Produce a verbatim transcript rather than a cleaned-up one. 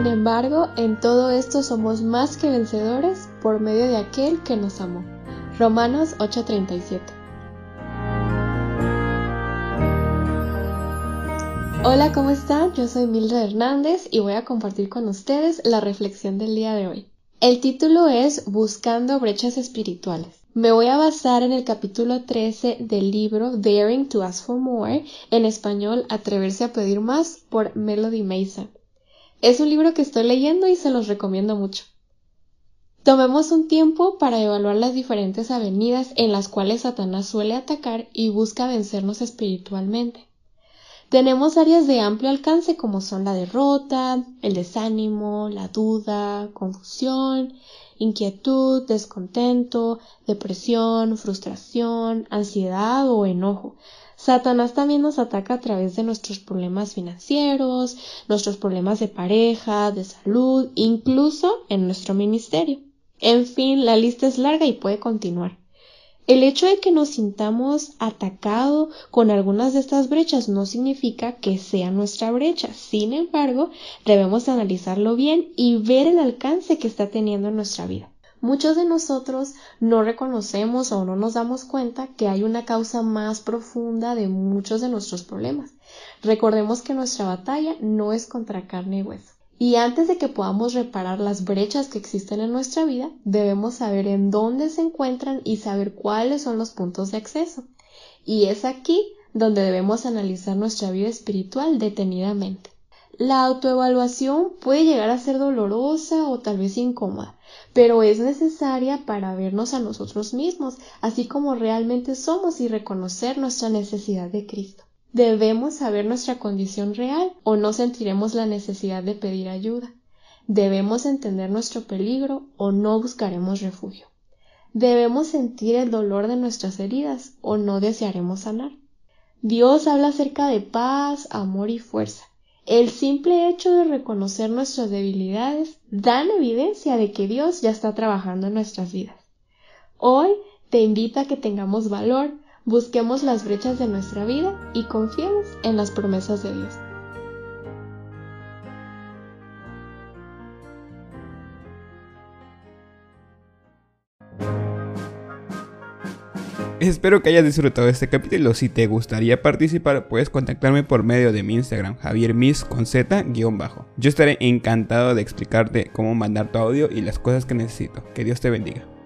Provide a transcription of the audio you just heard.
embargo, en todo esto somos más que vencedores por medio de aquel que nos amó. Romanos ocho treinta y siete. Hola, ¿cómo están? Yo soy Mildred Hernández y voy a compartir con ustedes la reflexión del día de hoy. El título es Buscando brechas espirituales. Me voy a basar en el capítulo trece del libro Daring to Ask for More, en español Atreverse a pedir más, por Melody Mason. Es un libro que estoy leyendo y se los recomiendo mucho. Tomemos un tiempo para evaluar las diferentes avenidas en las cuales Satanás suele atacar y busca vencernos espiritualmente. Tenemos áreas de amplio alcance como son la derrota, el desánimo, la duda, confusión, inquietud, descontento, depresión, frustración, ansiedad o enojo. Satanás también nos ataca a través de nuestros problemas financieros, nuestros problemas de pareja, de salud, incluso en nuestro ministerio. En fin, la lista es larga y puede continuar. El hecho de que nos sintamos atacados con algunas de estas brechas no significa que sea nuestra brecha. Sin embargo, debemos analizarlo bien y ver el alcance que está teniendo en nuestra vida. Muchos de nosotros no reconocemos o no nos damos cuenta que hay una causa más profunda de muchos de nuestros problemas. Recordemos que nuestra batalla no es contra carne y hueso. Y antes de que podamos reparar las brechas que existen en nuestra vida, debemos saber en dónde se encuentran y saber cuáles son los puntos de acceso. Y es aquí donde debemos analizar nuestra vida espiritual detenidamente. La autoevaluación puede llegar a ser dolorosa o tal vez incómoda, pero es necesaria para vernos a nosotros mismos, así como realmente somos y reconocer nuestra necesidad de Cristo. Debemos saber nuestra condición real o no sentiremos la necesidad de pedir ayuda. Debemos entender nuestro peligro o no buscaremos refugio. Debemos sentir el dolor de nuestras heridas o no desearemos sanar. Dios habla acerca de paz, amor y fuerza. El simple hecho de reconocer nuestras debilidades da evidencia de que Dios ya está trabajando en nuestras vidas. Hoy te invito a que tengamos valor, busquemos las brechas de nuestra vida y confiemos en las promesas de Dios. Espero que hayas disfrutado de este capítulo. Si te gustaría participar, puedes contactarme por medio de mi Instagram, javiermis con z guión bajo. Yo estaré encantado de explicarte cómo mandar tu audio y las cosas que necesito. Que Dios te bendiga.